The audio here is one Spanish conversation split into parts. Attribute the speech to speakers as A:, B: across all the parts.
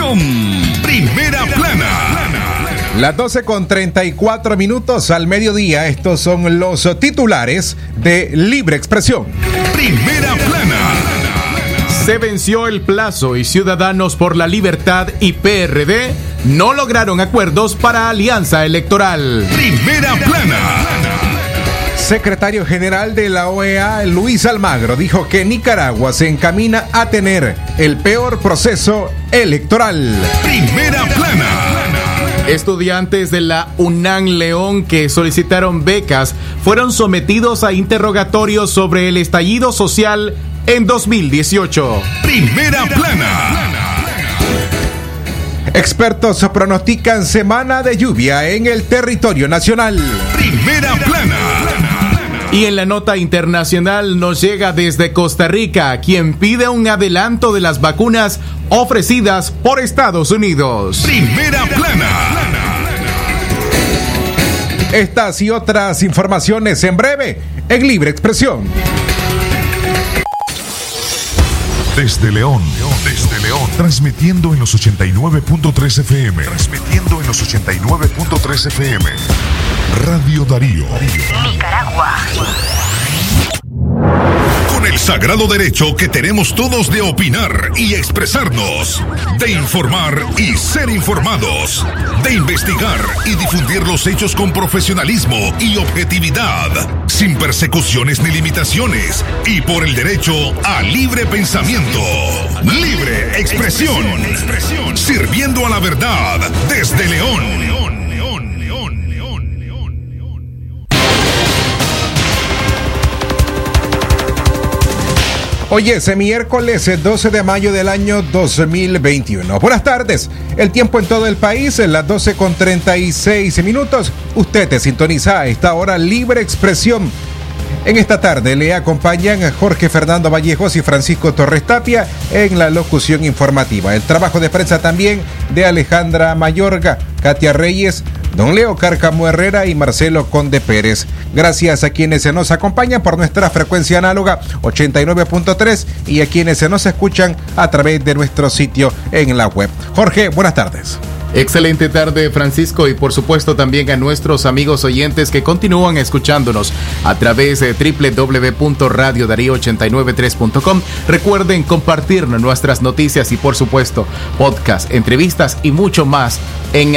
A: Expresión, Primera Plana.
B: Las 12:34 al mediodía, estos son los titulares de Libre Expresión.
A: Primera Plana.
C: Se venció el plazo y Ciudadanos por la Libertad y PRD no lograron acuerdos para alianza electoral.
A: Primera Plana.
B: Secretario General de la OEA, Luis Almagro, dijo que Nicaragua se encamina a tener el peor proceso electoral.
A: Primera Plana.
C: Estudiantes de la UNAM León que solicitaron becas fueron sometidos a interrogatorios sobre el estallido social en 2018.
A: Primera Plana.
B: Expertos pronostican semana de lluvia en el territorio nacional.
A: Primera Plana.
C: Y en la nota internacional nos llega desde Costa Rica, quien pide un adelanto de las vacunas ofrecidas por Estados Unidos.
A: Primera Plana.
B: Estas y otras informaciones en breve en Libre Expresión.
D: Desde León, transmitiendo en los 89.3 FM. Radio Darío.
E: Nicaragua.
A: Con el sagrado derecho que tenemos todos de opinar y expresarnos, de informar y ser informados, de investigar y difundir los hechos con profesionalismo y objetividad, sin persecuciones ni limitaciones, y por el derecho a libre pensamiento, libre expresión, sirviendo a la verdad desde León.
B: Hoy es miércoles 12 de mayo del año 2021. Buenas tardes. El tiempo en todo el país, en las 12:36. Usted te sintoniza a esta hora Libre Expresión. En esta tarde le acompañan a Jorge Fernando Vallejos y Francisco Torres Tapia en la locución informativa. El trabajo de prensa también de Alejandra Mayorga, Katia Reyes, don Leo Cárcamo Herrera y Marcelo Conde Pérez. Gracias a quienes se nos acompañan por nuestra frecuencia análoga 89.3 y a quienes se nos escuchan a través de nuestro sitio en la web. Jorge, buenas tardes.
C: Excelente tarde, Francisco, y por supuesto también a nuestros amigos oyentes que continúan escuchándonos a través de www.radiodarío893.com. Recuerden compartir nuestras noticias y por supuesto podcast, entrevistas y mucho más en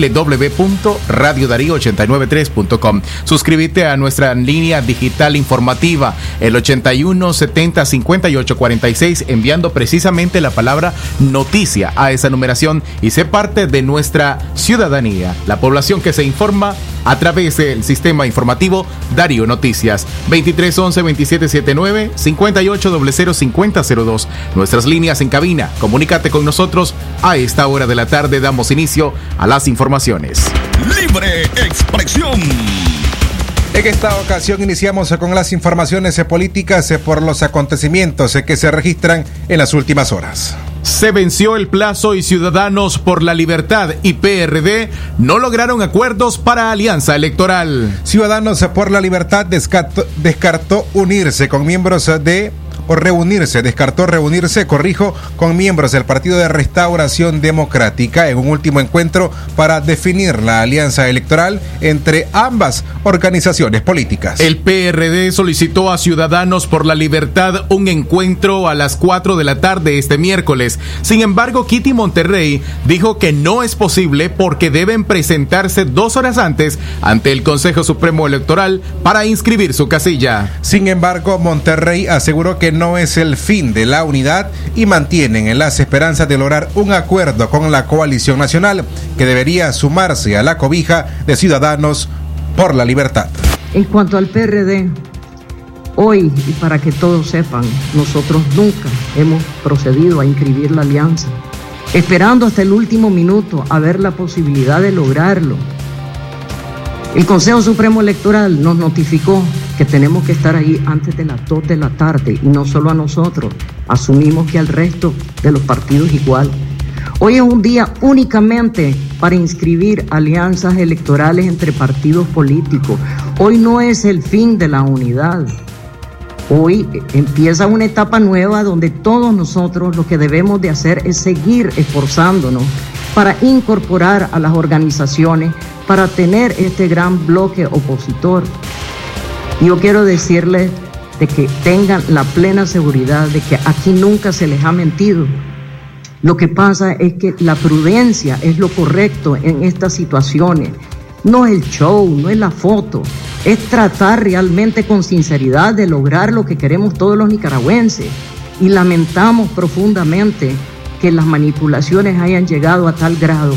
C: www.radiodarío893.com. Suscríbete a nuestra línea digital informativa, el 81 70 58 46, enviando precisamente la palabra noticia a esa numeración y sé parte de nuestra ciudadanía, la población que se informa a través del sistema informativo Darío Noticias. 2311-2779, 5800-5002. Nuestras líneas en cabina. Comunícate con nosotros. A esta hora de la tarde damos inicio a las informaciones.
A: Libre Expresión.
B: En esta ocasión iniciamos con las informaciones políticas por los acontecimientos que se registran en las últimas horas.
C: Se venció el plazo y Ciudadanos por la Libertad y PRD no lograron acuerdos para alianza electoral.
B: Ciudadanos por la Libertad descartó con miembros del Partido de Restauración Democrática en un último encuentro para definir la alianza electoral entre ambas organizaciones políticas.
C: El PRD solicitó a Ciudadanos por la Libertad un encuentro a las 4 de la tarde este miércoles. Sin embargo, Kitty Monterrey dijo que no es posible porque deben presentarse 2 horas antes ante el Consejo Supremo Electoral para inscribir su casilla.
B: Sin embargo, Monterrey aseguró que no es el fin de la unidad y mantienen las esperanzas de lograr un acuerdo con la coalición nacional que debería sumarse a la cobija de Ciudadanos por la Libertad.
F: En cuanto al PRD, hoy, y para que todos sepan, nosotros nunca hemos procedido a inscribir la alianza, esperando hasta el último minuto a ver la posibilidad de lograrlo. El Consejo Supremo Electoral nos notificó que tenemos que estar ahí antes de las 2 de la tarde y no solo a nosotros, asumimos que al resto de los partidos igual. Hoy es un día únicamente para inscribir alianzas electorales entre partidos políticos. Hoy no es el fin de la unidad. Hoy empieza una etapa nueva donde todos nosotros lo que debemos de hacer es seguir esforzándonos para incorporar a las organizaciones, para tener este gran bloque opositor. Yo quiero decirles de que tengan la plena seguridad de que aquí nunca se les ha mentido. Lo que pasa es que la prudencia es lo correcto en estas situaciones. No es el show, no es la foto, es tratar realmente con sinceridad de lograr lo que queremos todos los nicaragüenses. Y lamentamos profundamente que las manipulaciones hayan llegado a tal grado.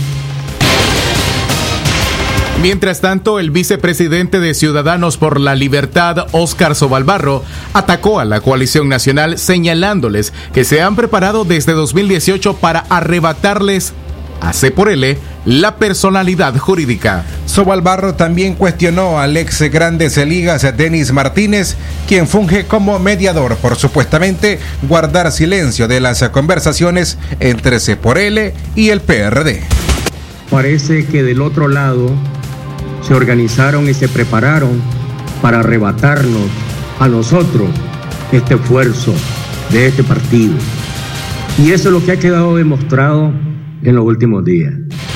C: Mientras tanto, el vicepresidente de Ciudadanos por la Libertad, Óscar Sobalbarro, atacó a la coalición nacional señalándoles que se han preparado desde 2018 para arrebatarles a C por L la personalidad jurídica.
B: Sobalbarro también cuestionó al ex Grandes Ligas Denis Martínez, quien funge como mediador por supuestamente guardar silencio de las conversaciones entre C por L y el PRD.
E: Parece que del otro lado se organizaron y se prepararon para arrebatarnos a nosotros este esfuerzo de este partido. Y eso es lo que ha quedado demostrado en los últimos días.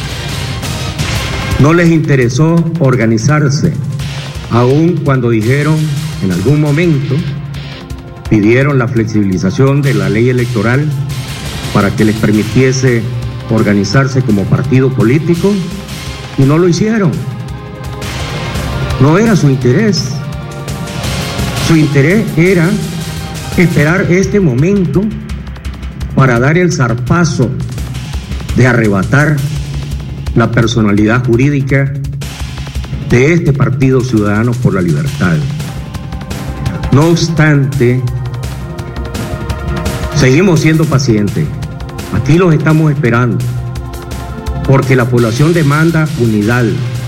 E: No les interesó organizarse, aun cuando dijeron en algún momento, pidieron la flexibilización de la ley electoral para que les permitiese organizarse como partido político, y no lo hicieron. No era su interés. Su interés era esperar este momento para dar el zarpazo de arrebatar la personalidad jurídica de este Partido Ciudadanos por la Libertad. No obstante, seguimos siendo pacientes. Aquí los estamos esperando, porque la población demanda unidad.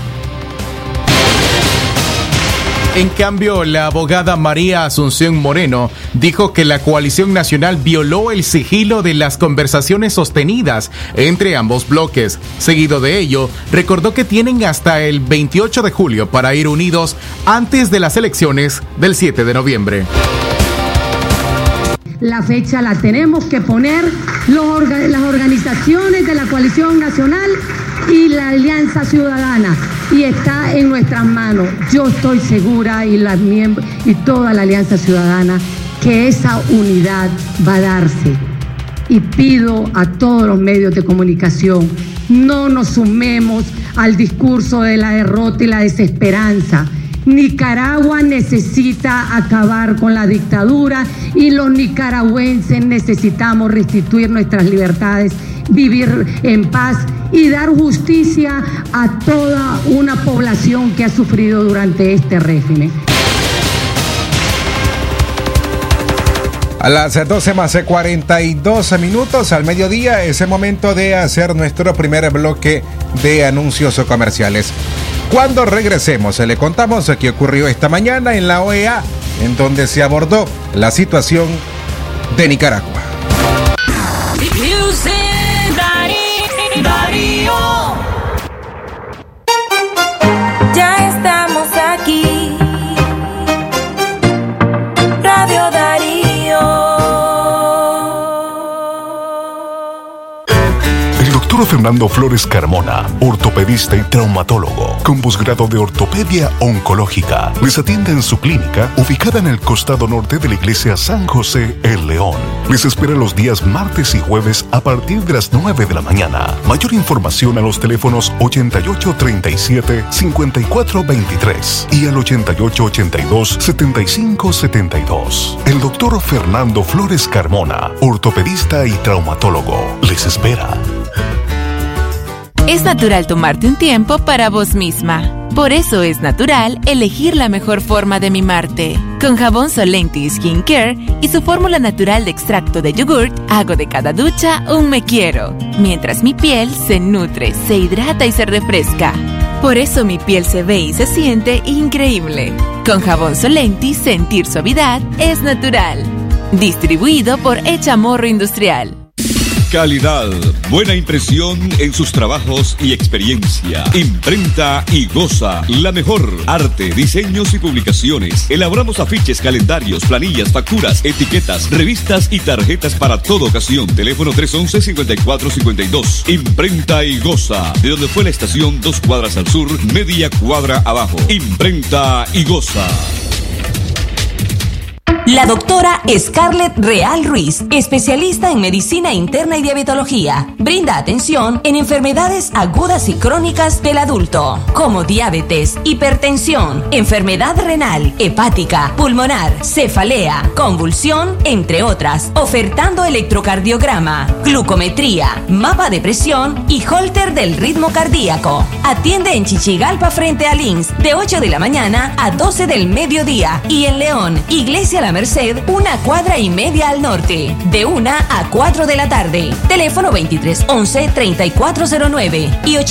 C: En cambio, la abogada María Asunción Moreno dijo que la coalición nacional violó el sigilo de las conversaciones sostenidas entre ambos bloques. Seguido de ello, recordó que tienen hasta el 28 de julio para ir unidos antes de las elecciones del 7 de noviembre.
G: La fecha la tenemos que poner las organizaciones de la coalición nacional y la Alianza Ciudadana, y está en nuestras manos. Yo estoy segura, y toda la Alianza Ciudadana, que esa unidad va a darse. Y pido a todos los medios de comunicación, no nos sumemos al discurso de la derrota y la desesperanza. Nicaragua necesita acabar con la dictadura y los nicaragüenses necesitamos restituir nuestras libertades, vivir en paz y dar justicia a toda una población que ha sufrido durante este régimen.
B: A las 12:42 al mediodía es el momento de hacer nuestro primer bloque de anuncios comerciales. Cuando regresemos, le contamos qué ocurrió esta mañana en la OEA, en donde se abordó la situación de Nicaragua.
H: Ya estamos aquí. Radio Darío.
D: El doctor Fernando Flores Carmona, ortopedista y traumatólogo, con posgrado de ortopedia oncológica, les atiende en su clínica, ubicada en el costado norte de la iglesia San José El León. Les espera los días martes y jueves a partir de las 9 de la mañana. Mayor información a los teléfonos 8837-5423 y al 8882-7572. El doctor Fernando Flores Carmona, ortopedista y traumatólogo, les espera.
I: Es natural tomarte un tiempo para vos misma. Por eso es natural elegir la mejor forma de mimarte. Con jabón Solenti Skin Care y su fórmula natural de extracto de yogurt, hago de cada ducha un me quiero, mientras mi piel se nutre, se hidrata y se refresca. Por eso mi piel se ve y se siente increíble. Con jabón Solenti, sentir suavidad es natural. Distribuido por Echamorro Industrial.
J: calidad, buena impresión en sus trabajos y experiencia. Imprenta y Goza, la mejor. Arte, diseños y publicaciones. Elaboramos afiches, calendarios, planillas, facturas, etiquetas, revistas y tarjetas para toda ocasión. Teléfono 311-5452. Imprenta y Goza, de donde fue la estación 2 cuadras al sur, media cuadra abajo. Imprenta y Goza.
K: La doctora Scarlett Real Ruiz, especialista en medicina interna y diabetología, brinda atención en enfermedades agudas y crónicas del adulto, como diabetes, hipertensión, enfermedad renal, hepática, pulmonar, cefalea, convulsión, entre otras, ofertando electrocardiograma, glucometría, mapa de presión y holter del ritmo cardíaco. Atiende en Chichigalpa frente a Links, de 8 de la mañana a 12 del mediodía, y en León, Iglesia La Merced, 1 cuadra y media al norte, de 1 a 4 de la tarde. Teléfono 2311-3409 y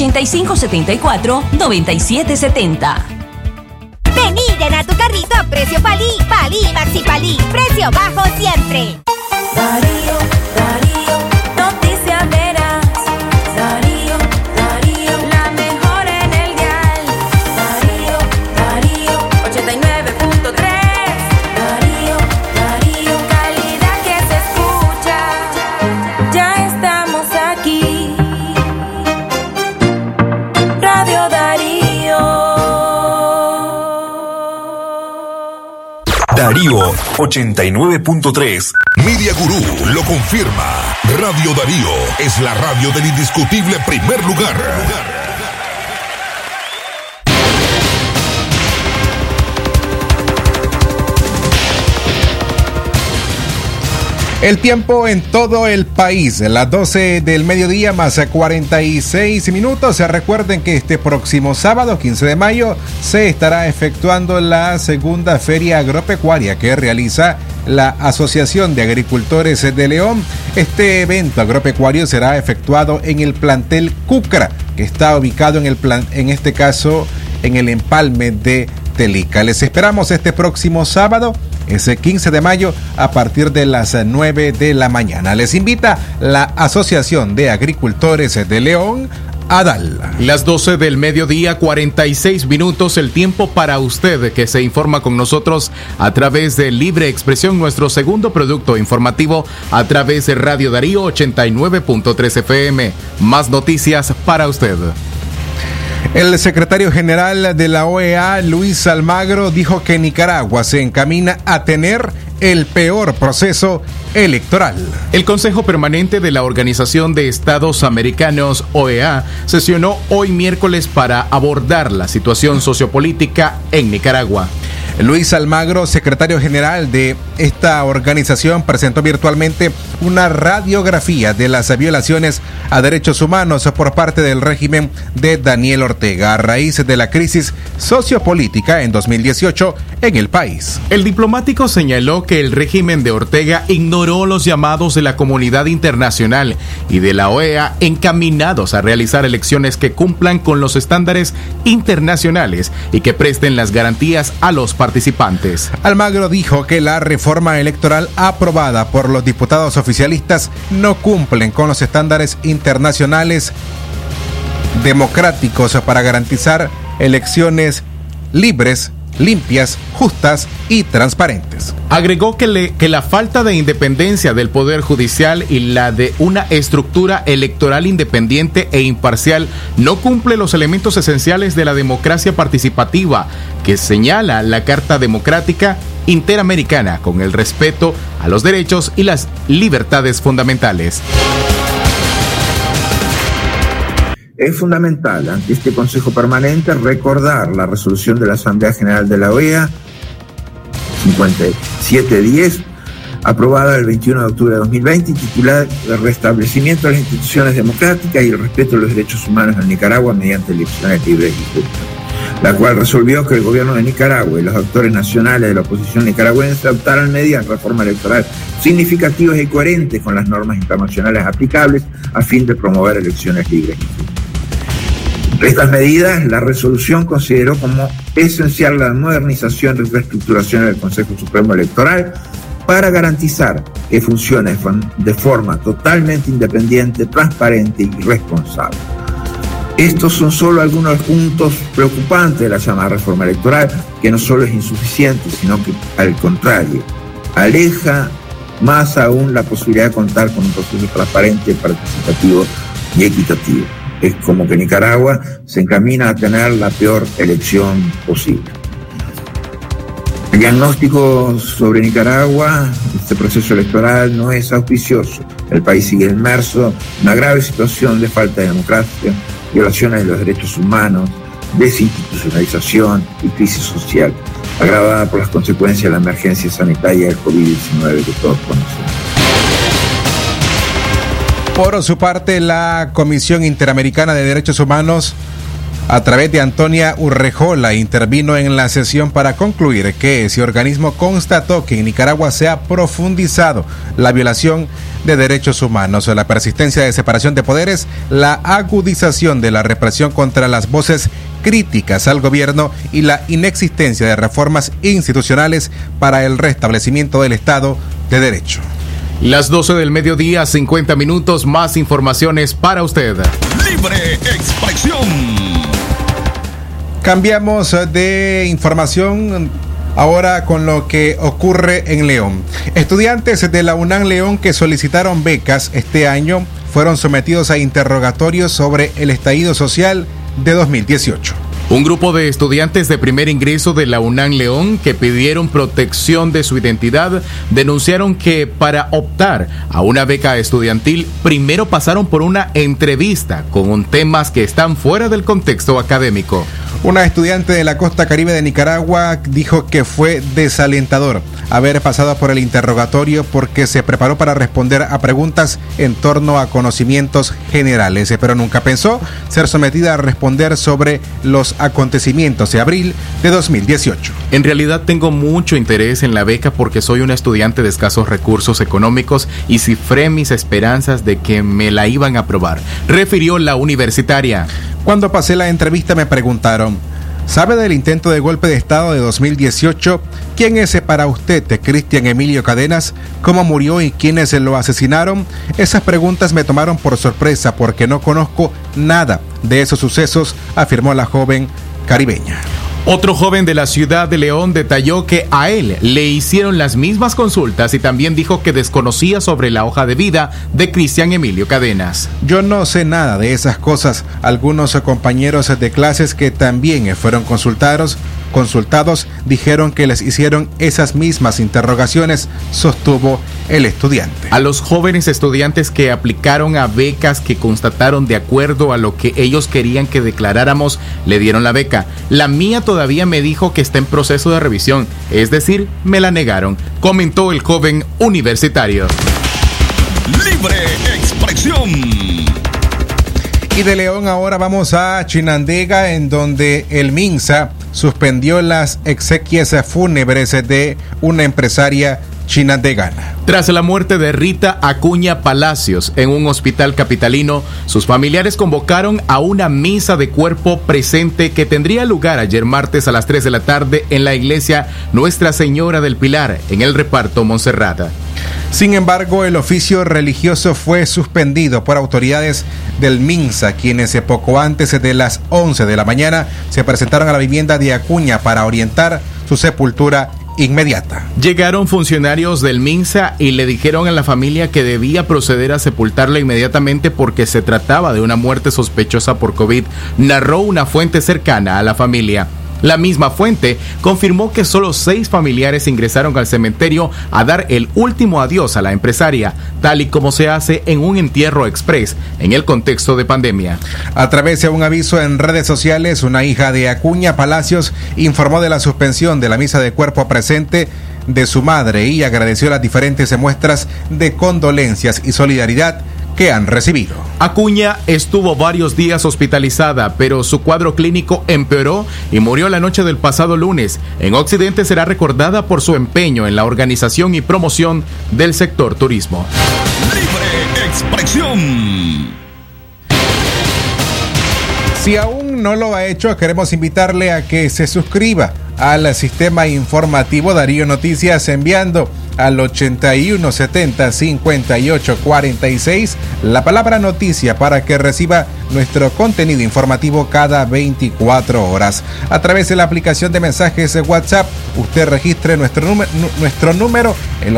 K: 8574-9770.
L: Vení, llena tu carrito a precio Palí. Palí, Maxi Palí. Precio bajo siempre.
H: Darío, noticias veras. Darío, la mejor en el dial. Darío, 89.3. Calidad que se escucha. Ya estamos aquí. Radio Darío.
A: Darío 89.3. Media Gurú lo confirma. Radio Darío es la radio del indiscutible primer lugar.
B: El tiempo en todo el país, las 12 del mediodía más 46 minutos. Recuerden que este próximo sábado, 15 de mayo, se estará efectuando la segunda feria agropecuaria que realiza la Asociación de Agricultores de León. Este evento agropecuario será efectuado en el plantel Cúcara, que está ubicado en este caso en el empalme de Telica. Les esperamos este próximo sábado, ese 15 de mayo, a partir de las 9 de la mañana. Les invita la Asociación de Agricultores de León, ADAL.
C: Las 12 del mediodía, 46 minutos, el tiempo para usted que se informa con nosotros a través de Libre Expresión, nuestro segundo producto informativo a través de Radio Darío 89.3 FM. Más noticias para usted.
B: El secretario general de la OEA, Luis Almagro, dijo que Nicaragua se encamina a tener el peor proceso electoral.
C: El Consejo Permanente de la Organización de Estados Americanos, OEA, sesionó hoy miércoles para abordar la situación sociopolítica en Nicaragua.
B: Luis Almagro, secretario general de esta organización, presentó virtualmente una radiografía de las violaciones a derechos humanos por parte del régimen de Daniel Ortega a raíz de la crisis sociopolítica en 2018 en el país.
C: El diplomático señaló que el régimen de Ortega ignoró los llamados de la comunidad internacional y de la OEA encaminados a realizar elecciones que cumplan con los estándares internacionales y que presten las garantías a los participantes.
B: Almagro dijo que la reforma electoral aprobada por los diputados oficialistas no cumplen con los estándares internacionales democráticos para garantizar elecciones libres, limpias, justas y transparentes.
C: Agregó que la falta de independencia del Poder Judicial y la de una estructura electoral independiente e imparcial no cumple los elementos esenciales de la democracia participativa que señala la Carta Democrática Interamericana con el respeto a los derechos y las libertades fundamentales.
M: Es fundamental ante este Consejo Permanente recordar la resolución de la Asamblea General de la OEA 5710, aprobada el 21 de octubre de 2020, titulada El restablecimiento de las instituciones democráticas y el respeto de los derechos humanos en Nicaragua mediante elecciones libres y justas, la cual resolvió que el gobierno de Nicaragua y los actores nacionales de la oposición nicaragüense adoptaran medidas de reforma electoral significativas y coherentes con las normas internacionales aplicables a fin de promover elecciones libres y justas. Entre estas medidas, la resolución consideró como esencial la modernización y reestructuración del Consejo Supremo Electoral, para garantizar que funcione de forma totalmente independiente, transparente y responsable. Estos son solo algunos puntos preocupantes de la llamada reforma electoral, que no solo es insuficiente, sino que al contrario, aleja más aún la posibilidad de contar con un proceso transparente, participativo y equitativo. Es como que Nicaragua se encamina a tener la peor elección posible. El diagnóstico sobre Nicaragua, este proceso electoral, no es auspicioso. El país sigue inmerso en una grave situación de falta de democracia, violaciones de los derechos humanos, desinstitucionalización y crisis social, agravada por las consecuencias de la emergencia sanitaria del COVID-19 que todos conocemos.
B: Por su parte, la Comisión Interamericana de Derechos Humanos, a través de Antonia Urrejola, intervino en la sesión para concluir que ese organismo constató que en Nicaragua se ha profundizado la violación de derechos humanos, la persistencia de separación de poderes, la agudización de la represión contra las voces críticas al gobierno y la inexistencia de reformas institucionales para el restablecimiento del Estado de Derecho.
C: Las 12 del mediodía, 50 minutos, más informaciones para usted.
A: Libre expresión.
B: Cambiamos de información ahora con lo que ocurre en León. Estudiantes de la UNAM León que solicitaron becas este año fueron sometidos a interrogatorios sobre el estallido social de 2018.
C: Un grupo de estudiantes de primer ingreso de la UNAM León que pidieron protección de su identidad denunciaron que para optar a una beca estudiantil primero pasaron por una entrevista con temas que están fuera del contexto académico.
B: Una estudiante de la costa caribe de Nicaragua dijo que fue desalentador haber pasado por el interrogatorio porque se preparó para responder a preguntas en torno a conocimientos generales, pero nunca pensó ser sometida a responder sobre los acontecimientos de abril de 2018.
C: En realidad tengo mucho interés en la beca porque soy una estudiante de escasos recursos económicos y cifré mis esperanzas de que me la iban a aprobar, refirió la universitaria.
B: Cuando pasé la entrevista me preguntaron, ¿sabe del intento de golpe de Estado de 2018? ¿Quién es para usted, Cristian Emilio Cadenas? ¿Cómo murió y quiénes lo asesinaron? Esas preguntas me tomaron por sorpresa porque no conozco nada de esos sucesos, afirmó la joven caribeña.
C: Otro joven de la ciudad de León detalló que a él le hicieron las mismas consultas y también dijo que desconocía sobre la hoja de vida de Cristian Emilio Cadenas.
B: Yo no sé nada de esas cosas. Algunos compañeros de clases que también fueron consultados dijeron que les hicieron esas mismas interrogaciones, sostuvo el estudiante.
C: A los jóvenes estudiantes que aplicaron a becas que constataron de acuerdo a lo que ellos querían que declaráramos, le dieron la beca. La mía todavía me dijo que está en proceso de revisión, es decir, me la negaron, comentó el joven universitario.
A: Libre expresión.
B: Y de León ahora vamos a Chinandega, en donde el MINSA suspendió las exequias fúnebres de una empresaria chinandegana.
C: Tras la muerte de Rita Acuña Palacios en un hospital capitalino, sus familiares convocaron a una misa de cuerpo presente que tendría lugar ayer martes a las 3 de la tarde en la iglesia Nuestra Señora del Pilar, en el reparto Monserrata.
B: Sin embargo, el oficio religioso fue suspendido por autoridades del MINSA, quienes poco antes de las 11 de la mañana se presentaron a la vivienda de Acuña para orientar su sepultura inmediata.
C: Llegaron funcionarios del MINSA y le dijeron a la familia que debía proceder a sepultarla inmediatamente porque se trataba de una muerte sospechosa por COVID, narró una fuente cercana a la familia. La misma fuente confirmó que solo 6 familiares ingresaron al cementerio a dar el último adiós a la empresaria, tal y como se hace en un entierro express en el contexto de pandemia.
B: A través de un aviso en redes sociales, una hija de Acuña Palacios informó de la suspensión de la misa de cuerpo presente de su madre y agradeció las diferentes muestras de condolencias y solidaridad que han recibido.
C: Acuña estuvo varios días hospitalizada, pero su cuadro clínico empeoró y murió la noche del pasado lunes. En Occidente será recordada por su empeño en la organización y promoción del sector turismo.
A: Libre expresión.
B: Si aún no lo ha hecho, queremos invitarle a que se suscriba al sistema informativo Darío Noticias enviando al 8170-5846 la palabra noticia para que reciba nuestro contenido informativo cada 24 horas. A través de la aplicación de mensajes de WhatsApp, usted registre nuestro número, el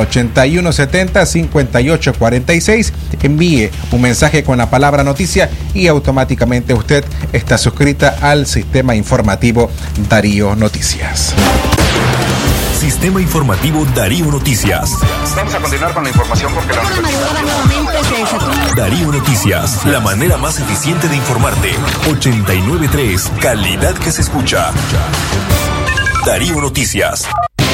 B: 8170-5846, envíe un mensaje con la palabra noticia y automáticamente usted está suscrita al sistema informativo Darío Noticias.
N: Sistema informativo Darío Noticias.
O: Vamos a continuar con la información porque la
N: Darío Noticias, la manera más eficiente de informarte. 89.3, calidad que se escucha. Darío Noticias.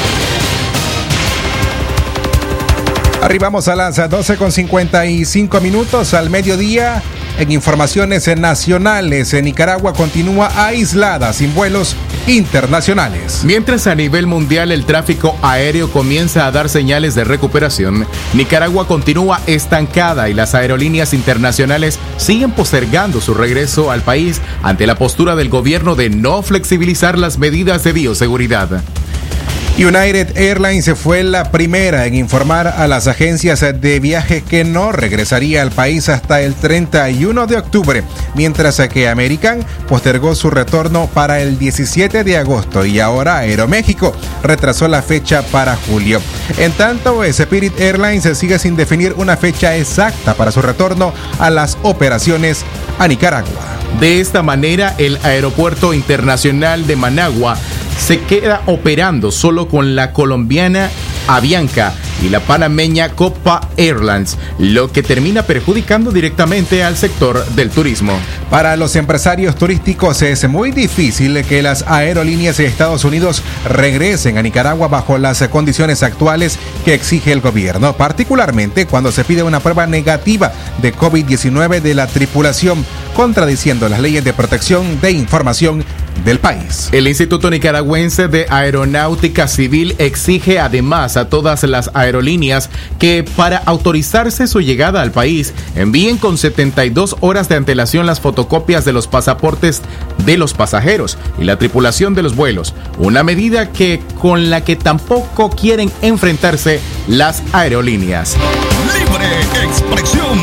B: Arribamos a las 12:55 al mediodía. En informaciones nacionales, Nicaragua continúa aislada, sin vuelos internacionales.
C: Mientras a nivel mundial el tráfico aéreo comienza a dar señales de recuperación, Nicaragua continúa estancada y las aerolíneas internacionales siguen postergando su regreso al país ante la postura del gobierno de no flexibilizar las medidas de bioseguridad.
B: United Airlines fue la primera en informar a las agencias de viaje que no regresaría al país hasta el 31 de octubre, mientras que American postergó su retorno para el 17 de agosto y ahora Aeroméxico retrasó la fecha para julio. En tanto, Spirit Airlines sigue sin definir una fecha exacta para su retorno a las operaciones a Nicaragua.
C: De esta manera, el Aeropuerto Internacional de Managua se queda operando solo con la colombiana Avianca y la panameña Copa Airlines, lo que termina perjudicando directamente al sector del turismo.
B: Para los empresarios turísticos es muy difícil que las aerolíneas de Estados Unidos regresen a Nicaragua bajo las condiciones actuales que exige el gobierno, particularmente cuando se pide una prueba negativa de COVID-19 de la tripulación, contradiciendo las leyes de protección de información del país.
C: El Instituto Nicaragüense de Aeronáutica Civil exige además a todas las aerolíneas que para autorizarse su llegada al país envíen con 72 horas de antelación las fotocopias de los pasaportes de los pasajeros y la tripulación de los vuelos, una medida con la que tampoco quieren enfrentarse las aerolíneas.
J: Libre expresión.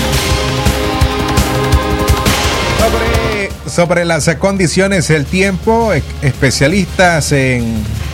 B: Sobre las condiciones del tiempo, especialistas en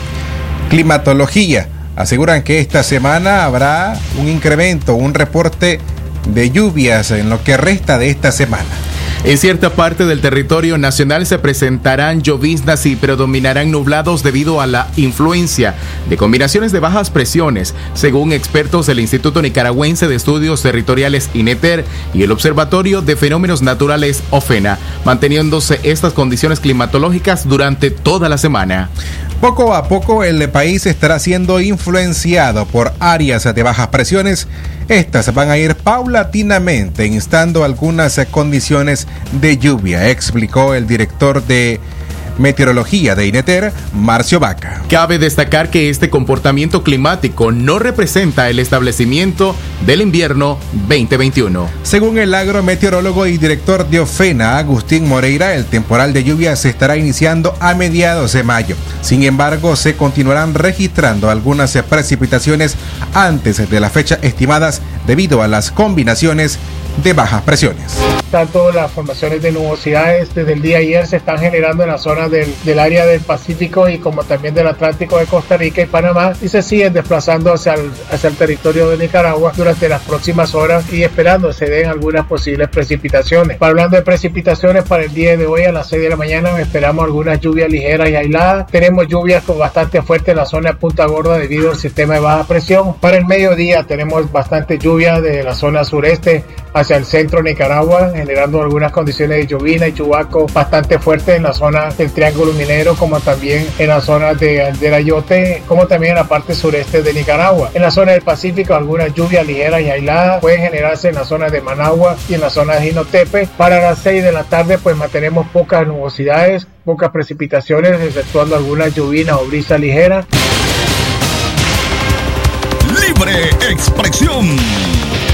B: climatología aseguran que esta semana habrá un incremento, un reporte de lluvias en lo que resta de esta semana.
C: En cierta parte del territorio nacional se presentarán lloviznas y predominarán nublados debido a la influencia de combinaciones de bajas presiones, según expertos del Instituto Nicaragüense de Estudios Territoriales INETER y el Observatorio de Fenómenos Naturales OFENA, manteniéndose estas condiciones climatológicas durante toda la semana.
B: Poco a poco el país estará siendo influenciado por áreas de bajas presiones. Estas van a ir paulatinamente instando algunas condiciones de lluvia, explicó el director de Meteorología de INETER, Marcio Vaca.
C: Cabe destacar que este comportamiento climático no representa el establecimiento del invierno 2021.
B: Según el agrometeorólogo y director de OFENA, Agustín Moreira, el temporal de lluvia se estará iniciando a mediados de mayo. Sin embargo, se continuarán registrando algunas precipitaciones antes de la fecha estimadas debido a las combinaciones de bajas presiones.
P: Tanto las formaciones de nubosidades desde el día ayer se están generando en la zona del área del Pacífico y como también del Atlántico de Costa Rica y Panamá, y se siguen desplazando hacia el territorio de Nicaragua durante las próximas horas y esperando se den algunas posibles precipitaciones. Hablando de precipitaciones, para el día de hoy a las 6 de la mañana esperamos algunas lluvias ligeras y aisladas. Tenemos lluvias con bastante fuerte en la zona de Punta Gorda debido al sistema de baja presión. Para el mediodía tenemos bastante lluvia de la zona sureste hacia el centro de Nicaragua, generando algunas condiciones de llovina y chubaco bastante fuertes en la zona del Triángulo Minero, como también en la zona del Ayote, como también en la parte sureste de Nicaragua. En la zona del Pacífico, algunas lluvias ligeras y aisladas pueden generarse en la zona de Managua y en la zona de Jinotepe. Para las 6 de la tarde, pues mantenemos pocas nubosidades, pocas precipitaciones, exceptuando algunas lluvias o brisa ligera.
J: Libre expresión.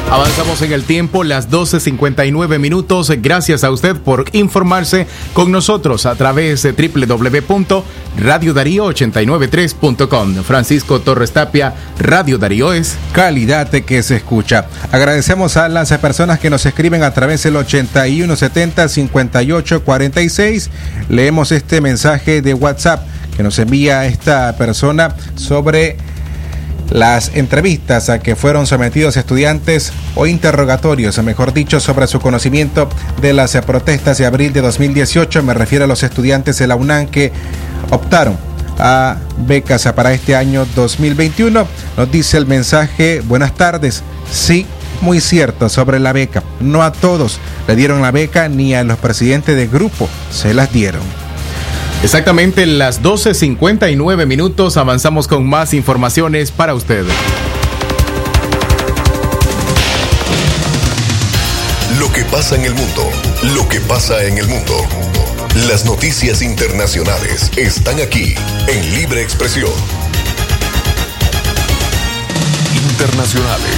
C: Avanzamos en el tiempo, las 12:59 minutos. Gracias a usted por informarse con nosotros a través de www.radiodarío893.com. Francisco Torres Tapia, Radio Darío es
B: calidad que se escucha. Agradecemos a las personas que nos escriben a través del 8170-5846. Leemos este mensaje de WhatsApp que nos envía esta persona sobre las entrevistas a que fueron sometidos estudiantes o interrogatorios, mejor dicho, sobre su conocimiento de las protestas de abril de 2018. Me refiero a los estudiantes de la UNAM que optaron a becas para este año 2021. Nos dice el mensaje: buenas tardes. Sí, muy cierto sobre la beca. No a todos le dieron la beca, ni a los presidentes de grupo se las dieron.
C: Exactamente las 12:59 minutos. Avanzamos con más informaciones para usted.
N: Lo que pasa en el mundo, lo que pasa en el mundo. Las noticias internacionales están aquí en Libre Expresión. Internacionales.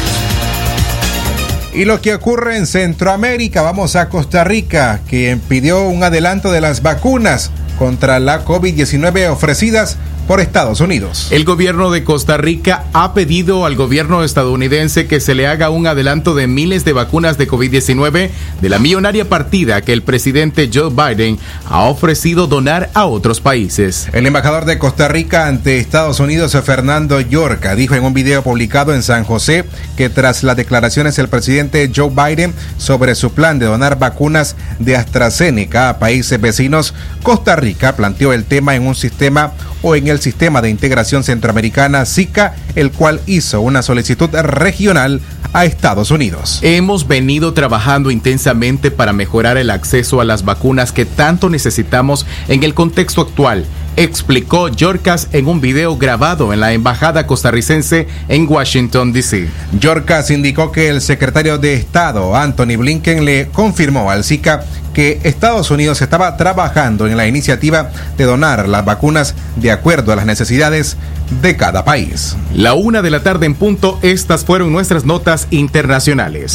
B: Y lo que ocurre en Centroamérica, vamos a Costa Rica, que pidió un adelanto de las vacunas contra la COVID-19 ofrecidas por Estados Unidos.
C: El gobierno de Costa Rica ha pedido al gobierno estadounidense que se le haga un adelanto de miles de vacunas de COVID-19 de la millonaria partida que el presidente Joe Biden ha ofrecido donar a otros países.
B: El embajador de Costa Rica ante Estados Unidos, Fernando Yorca, dijo en un video publicado en San José que tras las declaraciones del presidente Joe Biden sobre su plan de donar vacunas de AstraZeneca a países vecinos, Costa Rica planteó el tema en el sistema de integración centroamericana SICA, el cual hizo una solicitud regional a Estados Unidos.
C: Hemos venido trabajando intensamente para mejorar el acceso a las vacunas que tanto necesitamos en el contexto actual, explicó Yorcas en un video grabado en la embajada costarricense en Washington, D.C.
B: Yorcas indicó que el secretario de Estado, Anthony Blinken, le confirmó al SICA que Estados Unidos estaba trabajando en la iniciativa de donar las vacunas de acuerdo a las necesidades de cada país.
C: 1:00 p.m. en punto, estas fueron nuestras notas internacionales.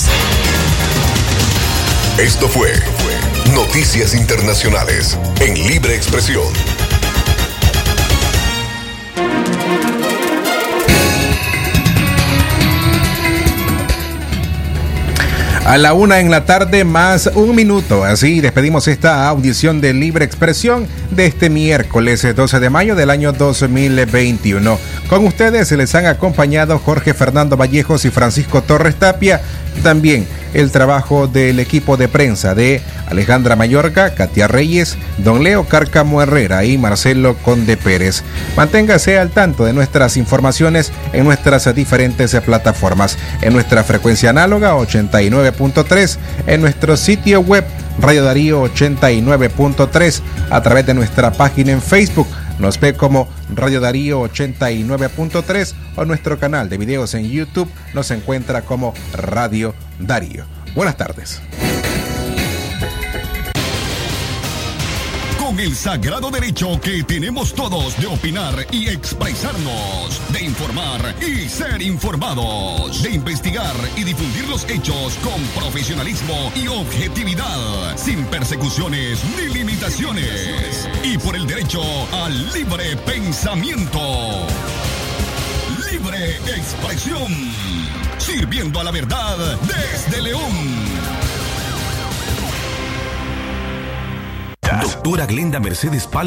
N: Esto fue Noticias Internacionales en Libre Expresión.
B: A la 1:00 p.m. más un minuto. Así despedimos esta audición de Libre Expresión de este miércoles 12 de mayo del año 2021. Con ustedes se les han acompañado Jorge Fernando Vallejos y Francisco Torres Tapia. También el trabajo del equipo de prensa de Alejandra Mayorga, Katia Reyes, Don Leo Cárcamo Herrera y Marcelo Conde Pérez. Manténgase al tanto de nuestras informaciones en nuestras diferentes plataformas, en nuestra frecuencia análoga 89.3, en nuestro sitio web Radio Darío 89.3, a través de nuestra página en Facebook. Nos ve como Radio Darío 89.3 o nuestro canal de videos en YouTube nos encuentra como Radio Darío. Buenas tardes.
A: Con el sagrado derecho que tenemos todos de opinar y expresarnos, de informar y ser informados, de investigar y difundir los hechos con profesionalismo y objetividad, sin persecuciones ni limitaciones, y por el derecho al libre pensamiento. Libre expresión, sirviendo a la verdad desde León.
N: Doctora Glenda Mercedes Pal